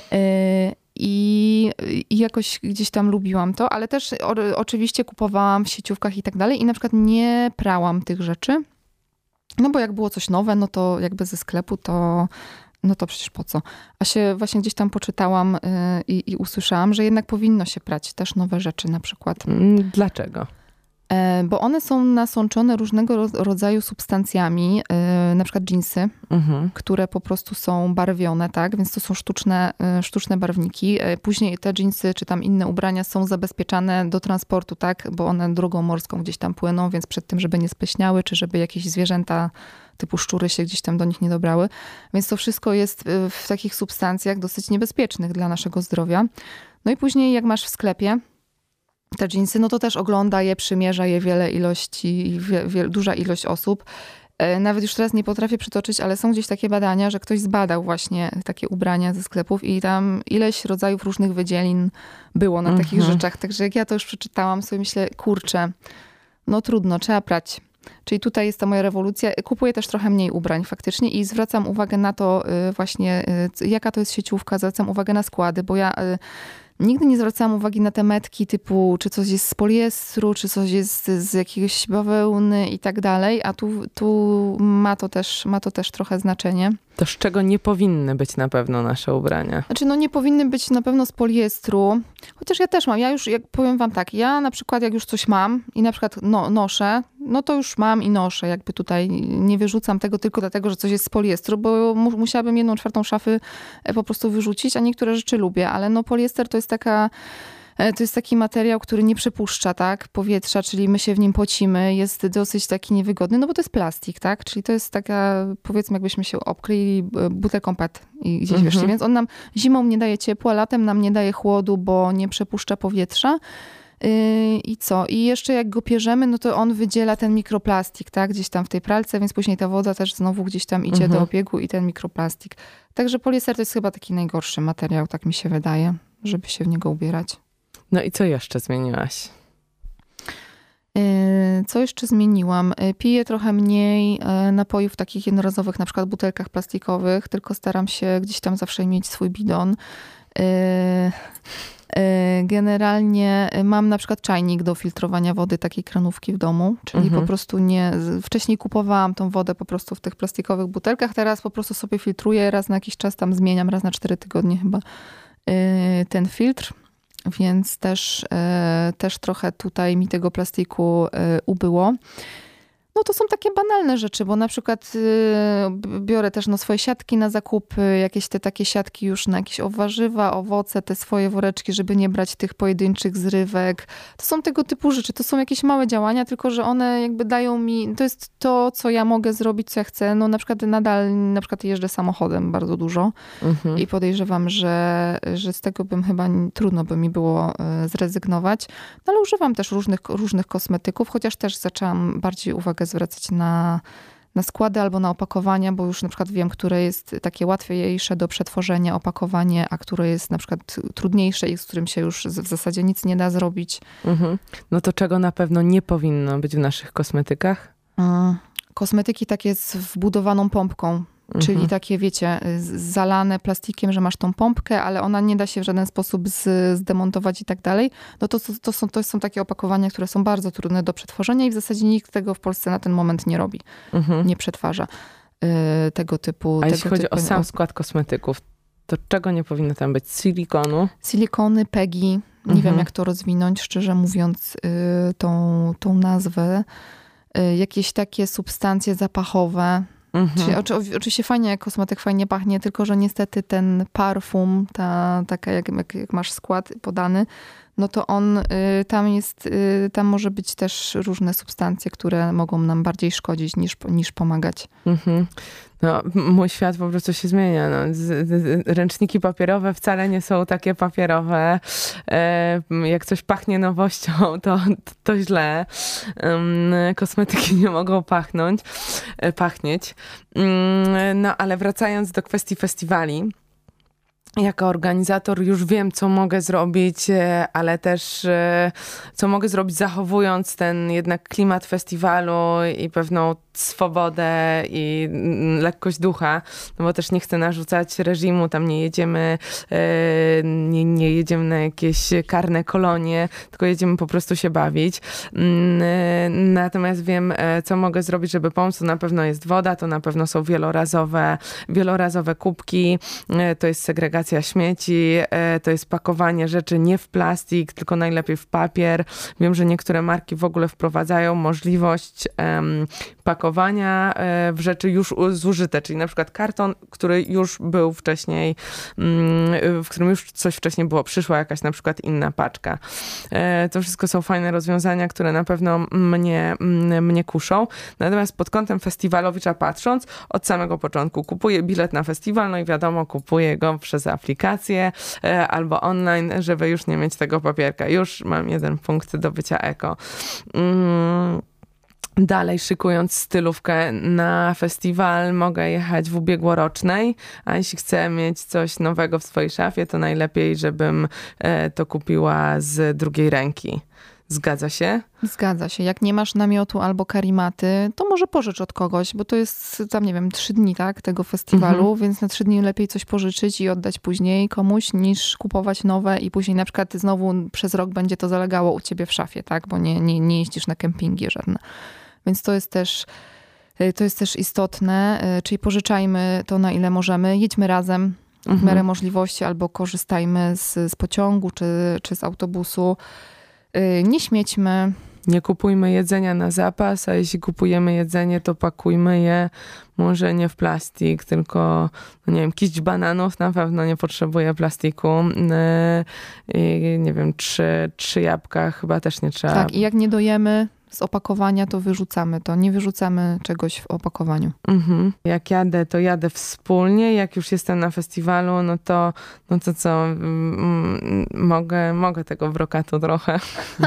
I jakoś gdzieś tam lubiłam to, ale też oczywiście kupowałam w sieciówkach i tak dalej i na przykład nie prałam tych rzeczy. No bo jak było coś nowe, no to jakby ze sklepu no to przecież po co? A się właśnie gdzieś tam poczytałam i usłyszałam, że jednak powinno się prać też nowe rzeczy na przykład. Dlaczego? Bo one są nasączone różnego rodzaju substancjami, na przykład dżinsy, które po prostu są barwione, tak? Więc to są sztuczne barwniki. Później te dżinsy czy tam inne ubrania są zabezpieczane do transportu, tak? Bo one drogą morską gdzieś tam płyną, więc przed tym, żeby nie spleśniały, czy żeby jakieś zwierzęta typu szczury się gdzieś tam do nich nie dobrały. Więc to wszystko jest w takich substancjach dosyć niebezpiecznych dla naszego zdrowia. No i później jak masz w sklepie te dżinsy, no to też ogląda je, przymierza je wiele ilości, duża ilość osób. Nawet już teraz nie potrafię przytoczyć, ale są gdzieś takie badania, że ktoś zbadał właśnie takie ubrania ze sklepów i tam ileś rodzajów różnych wydzielin było na takich rzeczach. Także jak ja to już przeczytałam, sobie myślę, kurczę, no trudno, trzeba prać. Czyli tutaj jest ta moja rewolucja. Kupuję też trochę mniej ubrań faktycznie i zwracam uwagę na to właśnie, jaka to jest sieciówka, zwracam uwagę na składy, bo ja nigdy nie zwracałam uwagi na te metki typu, czy coś jest z poliestru, czy coś jest z jakiegoś bawełny i tak dalej, a tu ma to też trochę znaczenie. To z czego nie powinny być na pewno nasze ubrania? Znaczy, no nie powinny być na pewno z poliestru, chociaż ja też mam. Ja już, jak powiem wam tak, ja na przykład jak już coś mam i na przykład noszę, no to już mam i noszę. Jakby tutaj nie wyrzucam tego tylko dlatego, że coś jest z poliestru, bo musiałabym 1/4 szafy po prostu wyrzucić, a niektóre rzeczy lubię, ale no poliester to jest taki materiał, który nie przepuszcza, tak, powietrza, czyli my się w nim pocimy, jest dosyć taki niewygodny, no bo to jest plastik, tak, czyli to jest taka, powiedzmy, jakbyśmy się obkryli butelką PET i gdzieś wyszli, więc on nam zimą nie daje ciepła, latem nam nie daje chłodu, bo nie przepuszcza powietrza. I co? I jeszcze jak go pierzemy, no to on wydziela ten mikroplastik, tak, gdzieś tam w tej pralce, więc później ta woda też znowu gdzieś tam idzie do obiegu i ten mikroplastik. Także poliester to jest chyba taki najgorszy materiał, tak mi się wydaje, żeby się w niego ubierać. No i co jeszcze zmieniłaś? Co jeszcze zmieniłam? Piję trochę mniej napojów w takich jednorazowych, na przykład butelkach plastikowych, tylko staram się gdzieś tam zawsze mieć swój bidon. Generalnie mam na przykład czajnik do filtrowania wody, takiej kranówki w domu, czyli po prostu wcześniej kupowałam tą wodę po prostu w tych plastikowych butelkach, teraz po prostu sobie filtruję, raz na jakiś czas tam zmieniam, raz na 4 tygodnie chyba ten filtr. Więc też trochę tutaj mi tego plastiku ubyło. No to są takie banalne rzeczy, bo na przykład biorę też swoje siatki na zakupy, jakieś te takie siatki już na jakieś warzywa, owoce, te swoje woreczki, żeby nie brać tych pojedynczych zrywek. To są tego typu rzeczy, to są jakieś małe działania, tylko że one jakby dają mi, to jest to, co ja mogę zrobić, co ja chcę. No na przykład nadal jeżdżę samochodem bardzo dużo i podejrzewam, że z tego trudno by mi było zrezygnować. No ale używam też różnych kosmetyków, chociaż też zaczęłam bardziej uwagę zwracać na składy albo na opakowania, bo już na przykład wiem, które jest takie łatwiejsze do przetworzenia opakowanie, a które jest na przykład trudniejsze i z którym się już w zasadzie nic nie da zrobić. No to czego na pewno nie powinno być w naszych kosmetykach? Kosmetyki takie z wbudowaną pompką. Czyli takie, wiecie, zalane plastikiem, że masz tą pompkę, ale ona nie da się w żaden sposób zdemontować i tak dalej. No to są takie opakowania, które są bardzo trudne do przetworzenia i w zasadzie nikt tego w Polsce na ten moment nie robi. Nie przetwarza tego typu. A jeśli chodzi o sam skład kosmetyków, to czego nie powinno tam być? Silikonu? Silikony, PEGI. Nie wiem, jak to rozwinąć, szczerze mówiąc, tą nazwę. Jakieś takie substancje zapachowe. Czyli oczywiście fajnie, jak kosmetyk fajnie pachnie, tylko że niestety ten parfum, taka jak masz skład podany, no to on, tam może być też różne substancje, które mogą nam bardziej szkodzić niż pomagać. No, mój świat po prostu się zmienia. No. Ręczniki papierowe wcale nie są takie papierowe. Jak coś pachnie nowością, to źle. Kosmetyki nie mogą pachnieć. No, ale wracając do kwestii festiwali, jako organizator już wiem, co mogę zrobić, ale też co mogę zrobić, zachowując ten jednak klimat festiwalu i pewną swobodę i lekkość ducha, no bo też nie chcę narzucać reżimu, tam nie jedziemy na jakieś karne kolonie, tylko jedziemy po prostu się bawić. Natomiast wiem, co mogę zrobić, żeby pomóc. To na pewno jest woda, to na pewno są wielorazowe kubki, to jest segregacja śmieci, to jest pakowanie rzeczy nie w plastik, tylko najlepiej w papier. Wiem, że niektóre marki w ogóle wprowadzają możliwość pakowania w rzeczy już zużyte, czyli na przykład karton, który już był wcześniej, w którym już coś wcześniej było, przyszła jakaś na przykład inna paczka. To wszystko są fajne rozwiązania, które na pewno mnie kuszą. Natomiast pod kątem festiwalowicza patrząc, od samego początku kupuję bilet na festiwal, no i wiadomo, kupuję go przez aplikację albo online, żeby już nie mieć tego papierka. Już mam 1 punkt do bycia eko. Dalej, szykując stylówkę na festiwal, mogę jechać w ubiegłorocznej, a jeśli chcę mieć coś nowego w swojej szafie, to najlepiej, żebym to kupiła z drugiej ręki. Zgadza się? Zgadza się. Jak nie masz namiotu albo karimaty, to może pożycz od kogoś, bo to jest tam, nie wiem, 3 dni, tak, tego festiwalu, więc na 3 dni lepiej coś pożyczyć i oddać później komuś, niż kupować nowe i później na przykład znowu przez rok będzie to zalegało u ciebie w szafie, tak, bo nie jeździsz na kempingi żadne. Więc to jest też istotne, czyli pożyczajmy to, na ile możemy, jedźmy razem w miarę możliwości albo korzystajmy z pociągu czy z autobusu. Nie śmiećmy. Nie kupujmy jedzenia na zapas, a jeśli kupujemy jedzenie, to pakujmy je może nie w plastik, tylko, no nie wiem, kiść bananów na pewno nie potrzebuje plastiku. I nie wiem, 3 jabłka chyba też nie trzeba. Tak, i jak nie dojemy z opakowania, to wyrzucamy to. Nie wyrzucamy czegoś w opakowaniu. Jak jadę, to jadę wspólnie. Jak już jestem na festiwalu, no to co? Mogę tego brokatu trochę.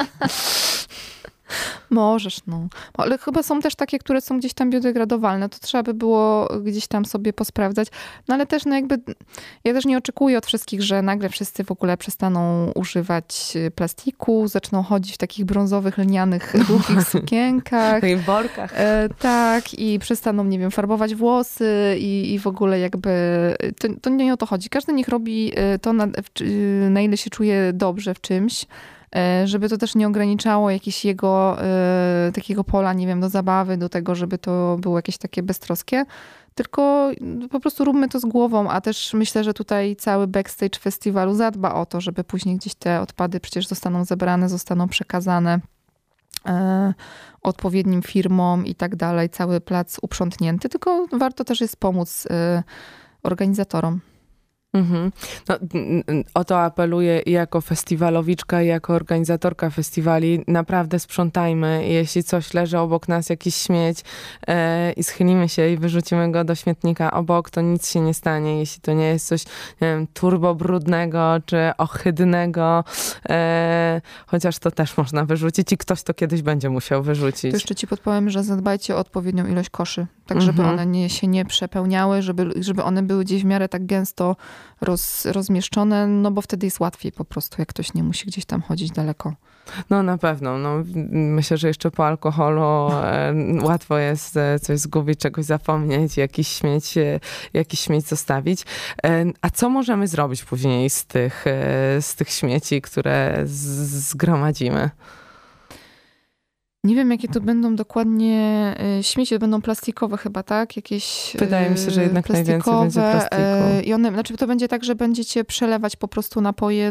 Możesz, no. Ale chyba są też takie, które są gdzieś tam biodegradowalne. To trzeba by było gdzieś tam sobie posprawdzać. No ale też, no jakby, ja też nie oczekuję od wszystkich, że nagle wszyscy w ogóle przestaną używać plastiku, zaczną chodzić w takich brązowych, lnianych, długich sukienkach. W workach. Tak, i przestaną, nie wiem, farbować włosy i w ogóle jakby, to nie o to chodzi. Każdy niech robi to, na ile się czuje dobrze w czymś, żeby to też nie ograniczało jakiegoś jego takiego pola, nie wiem, do zabawy, do tego, żeby to było jakieś takie beztroskie, tylko po prostu róbmy to z głową, a też myślę, że tutaj cały backstage festiwalu zadba o to, żeby później gdzieś te odpady przecież zostaną zebrane, zostaną przekazane odpowiednim firmom i tak dalej, cały plac uprzątnięty, tylko warto też jest pomóc organizatorom. No, o to apeluję i jako festiwalowiczka, i jako organizatorka festiwali. Naprawdę sprzątajmy. Jeśli coś leży obok nas, jakiś śmieć i schylimy się i wyrzucimy go do śmietnika obok, to nic się nie stanie. Jeśli to nie jest coś, nie wiem, turbobrudnego czy ohydnego, chociaż to też można wyrzucić i ktoś to kiedyś będzie musiał wyrzucić. To jeszcze ci podpowiem, że zadbajcie o odpowiednią ilość koszy. tak żeby one się nie przepełniały, żeby one były gdzieś w miarę tak gęsto rozmieszczone, no bo wtedy jest łatwiej po prostu, jak ktoś nie musi gdzieś tam chodzić daleko. No na pewno. No, myślę, że jeszcze po alkoholu łatwo jest coś zgubić, czegoś zapomnieć, jakiś śmieć zostawić. A co możemy zrobić później z tych śmieci, które zgromadzimy? Nie wiem, jakie to będą dokładnie śmieci, to będą plastikowe chyba, tak? Jakieś wydaje mi się, że jednak najwięcej będzie plastiku. I one, znaczy to będzie tak, że będziecie przelewać po prostu napoje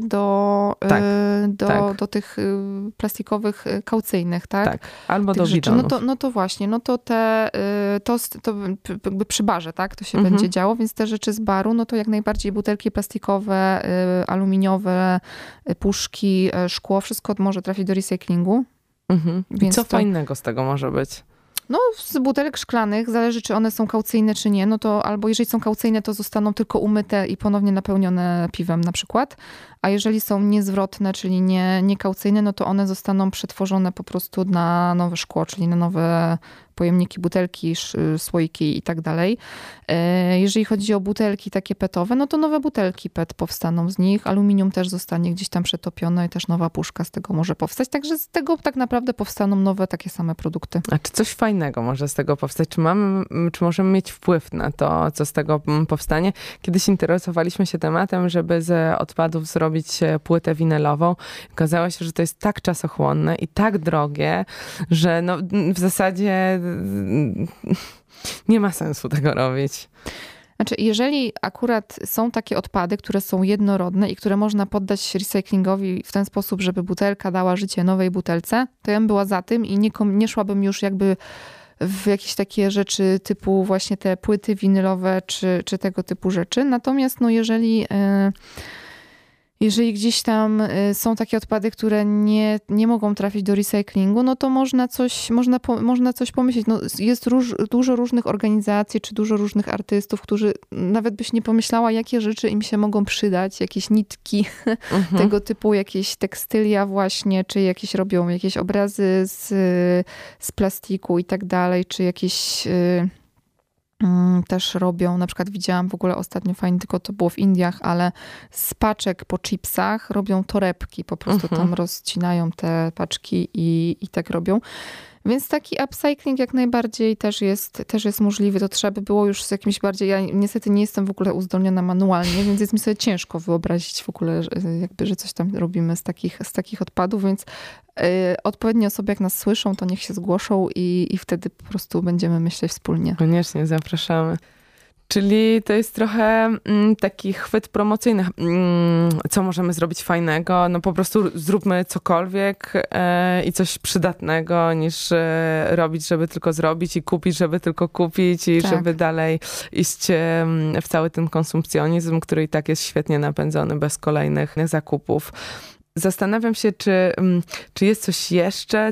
do tych plastikowych kaucyjnych, tak? Tak, albo tych do bidonów. No to właśnie, no to to jakby przy barze, tak? To się będzie działo, więc te rzeczy z baru, no to jak najbardziej butelki plastikowe, aluminiowe, puszki, szkło, wszystko może trafić do recyklingu. I co fajnego z tego może być? No, z butelek szklanych, zależy czy one są kaucyjne czy nie, no to albo jeżeli są kaucyjne, to zostaną tylko umyte i ponownie napełnione piwem na przykład, a jeżeli są niezwrotne, czyli nie kaucyjne, no to one zostaną przetworzone po prostu na nowe szkło, czyli na nowe pojemniki, butelki, słoiki i tak dalej. Jeżeli chodzi o butelki takie petowe, no to nowe butelki PET powstaną z nich. Aluminium też zostanie gdzieś tam przetopione i też nowa puszka z tego może powstać. Także z tego tak naprawdę powstaną nowe takie same produkty. A czy coś fajnego może z tego powstać? Czy możemy mieć wpływ na to, co z tego powstanie? Kiedyś interesowaliśmy się tematem, żeby z odpadów zrobić płytę winylową. Okazało się, że to jest tak czasochłonne i tak drogie, że no, w zasadzie nie ma sensu tego robić. Znaczy, jeżeli akurat są takie odpady, które są jednorodne i które można poddać recyklingowi w ten sposób, żeby butelka dała życie nowej butelce, to ja bym była za tym i nie szłabym już jakby w jakieś takie rzeczy typu właśnie te płyty winylowe czy tego typu rzeczy. Natomiast no jeżeli gdzieś tam są takie odpady, które nie mogą trafić do recyklingu, no to można coś pomyśleć. No jest dużo różnych organizacji, czy dużo różnych artystów, którzy nawet byś nie pomyślała, jakie rzeczy im się mogą przydać, jakieś nitki tego typu, jakieś tekstylia właśnie, czy robią jakieś obrazy z plastiku i tak dalej, czy jakieś... też robią, na przykład widziałam w ogóle ostatnio fajnie, tylko to było w Indiach, ale z paczek po chipsach robią torebki, po prostu tam rozcinają te paczki i tak robią. Więc taki upcycling jak najbardziej też jest możliwy. To trzeba by było już z jakimś bardziej... Ja niestety nie jestem w ogóle uzdolniona manualnie, więc jest mi sobie ciężko wyobrazić w ogóle, że coś tam robimy z takich odpadów, więc odpowiednie osoby jak nas słyszą, to niech się zgłoszą i wtedy po prostu będziemy myśleć wspólnie. Koniecznie, zapraszamy. Czyli to jest trochę taki chwyt promocyjny. Co możemy zrobić fajnego? No po prostu zróbmy cokolwiek i coś przydatnego, niż robić, żeby tylko zrobić i kupić, żeby tylko kupić i żeby dalej iść w cały ten konsumpcjonizm, który i tak jest świetnie napędzony bez kolejnych zakupów. Zastanawiam się, czy jest coś jeszcze,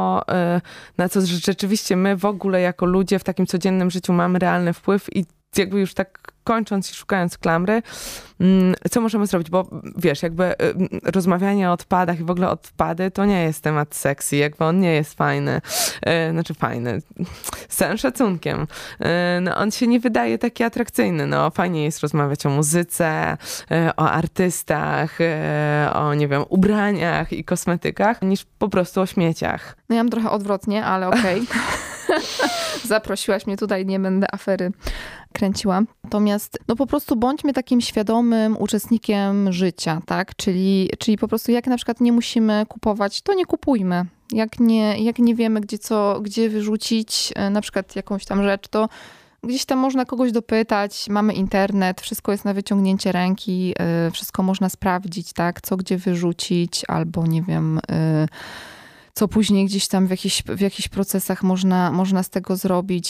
na co rzeczywiście my w ogóle jako ludzie w takim codziennym życiu mamy realny wpływ i jakby już tak kończąc i szukając klamry, co możemy zrobić? Bo wiesz, jakby rozmawianie o odpadach i w ogóle odpady to nie jest temat sexy, jakby on nie jest fajny. Znaczy fajny, z całym szacunkiem. No, on się nie wydaje taki atrakcyjny. No, fajnie jest rozmawiać o muzyce, o artystach, o nie wiem, ubraniach i kosmetykach, niż po prostu o śmieciach. No ja mam trochę odwrotnie, ale okej. Zaprosiłaś mnie tutaj, nie będę afery kręciła. Natomiast no po prostu bądźmy takim świadomym uczestnikiem życia, tak? Czyli po prostu jak na przykład nie musimy kupować, to nie kupujmy. Jak nie wiemy, gdzie wyrzucić na przykład jakąś tam rzecz, to gdzieś tam można kogoś dopytać, mamy internet, wszystko jest na wyciągnięcie ręki, wszystko można sprawdzić, tak? Co gdzie wyrzucić, albo nie wiem... co później gdzieś tam w jakichś procesach można z tego zrobić,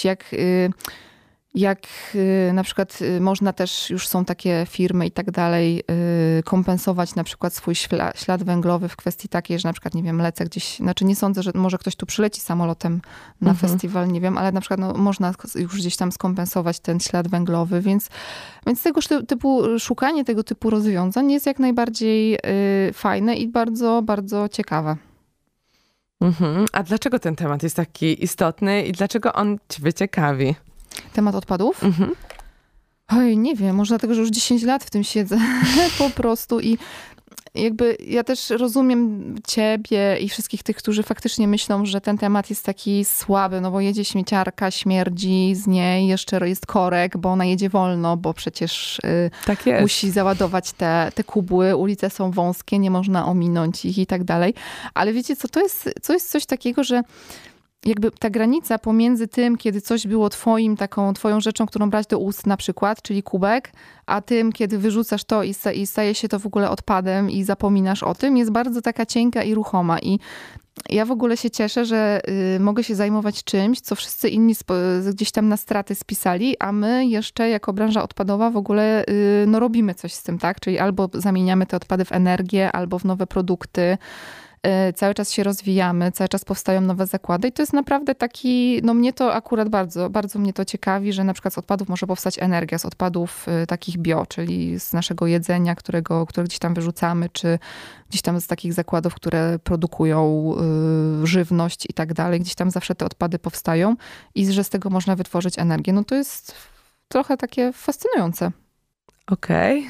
jak na przykład można też, już są takie firmy i tak dalej, kompensować na przykład swój ślad węglowy w kwestii takiej, że na przykład, nie wiem, lecę gdzieś, znaczy nie sądzę, że może ktoś tu przyleci samolotem na festiwal, nie wiem, ale na przykład no, można już gdzieś tam skompensować ten ślad węglowy, więc tego typu, szukanie tego typu rozwiązań jest jak najbardziej fajne i bardzo, bardzo ciekawe. A dlaczego ten temat jest taki istotny i dlaczego on ciebie ciekawi? temat odpadów? Oj, nie wiem, może dlatego, że już 10 lat w tym siedzę po prostu i jakby ja też rozumiem ciebie i wszystkich tych, którzy faktycznie myślą, że ten temat jest taki słaby, no bo jedzie śmieciarka, śmierdzi z niej, jeszcze jest korek, bo ona jedzie wolno, bo przecież tak musi załadować te kubły, ulice są wąskie, nie można ominąć ich i tak dalej. Ale wiecie co, to jest coś takiego, że jakby ta granica pomiędzy tym, kiedy coś było twoją rzeczą, którą brać do ust na przykład, czyli kubek, a tym, kiedy wyrzucasz to i staje się to w ogóle odpadem i zapominasz o tym, jest bardzo taka cienka i ruchoma. I ja w ogóle się cieszę, że mogę się zajmować czymś, co wszyscy inni gdzieś tam na straty spisali, a my jeszcze jako branża odpadowa w ogóle no, robimy coś z tym, tak? Czyli albo zamieniamy te odpady w energię, albo w nowe produkty. Cały czas się rozwijamy, cały czas powstają nowe zakłady i to jest naprawdę taki, no mnie to akurat bardzo, bardzo mnie to ciekawi, że na przykład z odpadów może powstać energia, z odpadów takich bio, czyli z naszego jedzenia, które gdzieś tam wyrzucamy, czy gdzieś tam z takich zakładów, które produkują żywność i tak dalej, gdzieś tam zawsze te odpady powstają i że z tego można wytworzyć energię. No to jest trochę takie fascynujące. Okej.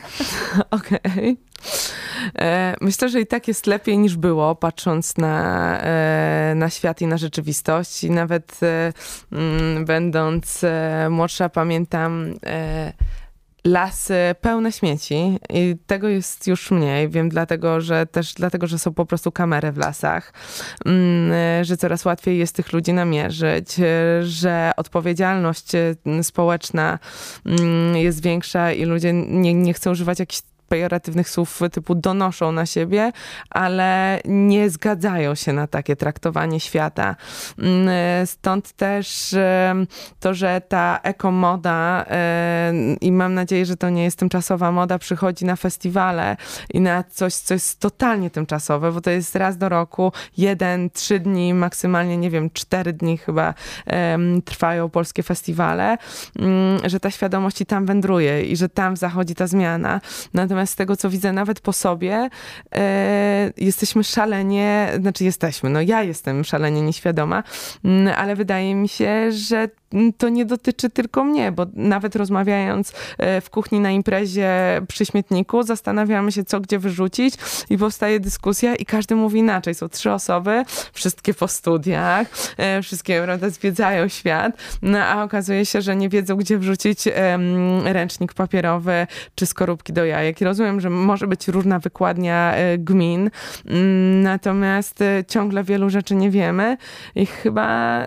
Myślę, że i tak jest lepiej niż było, patrząc na świat i na rzeczywistość. I nawet będąc młodsza, pamiętam lasy pełne śmieci i tego jest już mniej. Wiem dlatego, że są po prostu kamery w lasach, że coraz łatwiej jest tych ludzi namierzyć, że odpowiedzialność społeczna jest większa i ludzie nie chcą używać jakichś pejoratywnych słów typu donoszą na siebie, ale nie zgadzają się na takie traktowanie świata. Stąd też to, że ta ekomoda i mam nadzieję, że to nie jest tymczasowa moda, przychodzi na festiwale i na coś, co jest totalnie tymczasowe, bo to jest raz do roku, 1-3 dni, maksymalnie, nie wiem, 4 dni chyba trwają polskie festiwale, że ta świadomość i tam wędruje i że tam zachodzi ta zmiana. Natomiast z tego, co widzę nawet po sobie, jesteśmy szalenie, no ja jestem szalenie nieświadoma, ale wydaje mi się, że to nie dotyczy tylko mnie, bo nawet rozmawiając w kuchni na imprezie przy śmietniku, zastanawiamy się, co gdzie wyrzucić i powstaje dyskusja i każdy mówi inaczej. Są 3 osoby, wszystkie po studiach, wszystkie, prawda, zwiedzają świat, no a okazuje się, że nie wiedzą, gdzie wrzucić ręcznik papierowy czy skorupki do jajek. I rozumiem, że może być różna wykładnia gmin, natomiast ciągle wielu rzeczy nie wiemy i chyba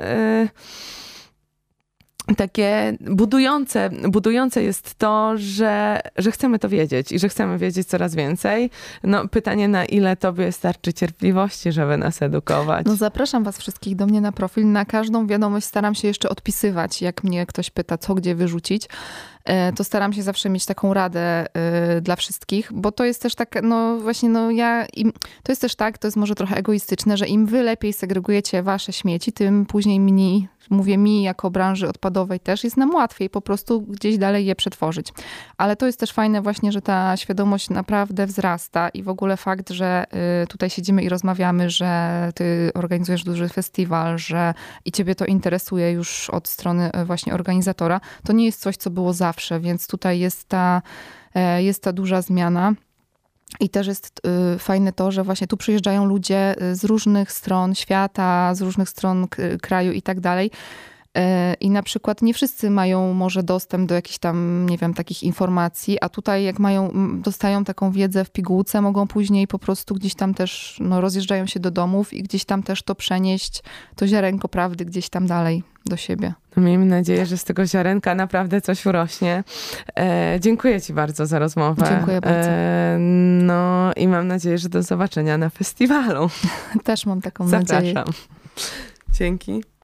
takie budujące jest to, że chcemy to wiedzieć i że chcemy wiedzieć coraz więcej. No pytanie, na ile tobie starczy cierpliwości, żeby nas edukować? No zapraszam was wszystkich do mnie na profil. Na każdą wiadomość staram się jeszcze odpisywać, jak mnie ktoś pyta, co gdzie wyrzucić. To staram się zawsze mieć taką radę dla wszystkich, bo to jest też tak, no właśnie, no to jest też tak, to jest może trochę egoistyczne, że im wy lepiej segregujecie wasze śmieci, tym później mówię mi jako branży odpadowej też, jest nam łatwiej po prostu gdzieś dalej je przetworzyć. Ale to jest też fajne właśnie, że ta świadomość naprawdę wzrasta i w ogóle fakt, że tutaj siedzimy i rozmawiamy, że ty organizujesz duży festiwal, że i ciebie to interesuje już od strony właśnie organizatora, to nie jest coś, co było zawsze, więc tutaj jest ta duża zmiana. I też jest fajne to, że właśnie tu przyjeżdżają ludzie z różnych stron świata, z różnych stron kraju i tak dalej. I na przykład nie wszyscy mają może dostęp do jakichś tam, nie wiem, takich informacji, a tutaj jak dostają taką wiedzę w pigułce, mogą później po prostu gdzieś tam też, no, rozjeżdżają się do domów i gdzieś tam też to przenieść, to ziarenko prawdy gdzieś tam dalej do siebie. No, miejmy nadzieję, że z tego ziarenka naprawdę coś urośnie. Dziękuję ci bardzo za rozmowę. Dziękuję bardzo. No i mam nadzieję, że do zobaczenia na festiwalu. Też mam taką nadzieję. Zapraszam. Dzięki.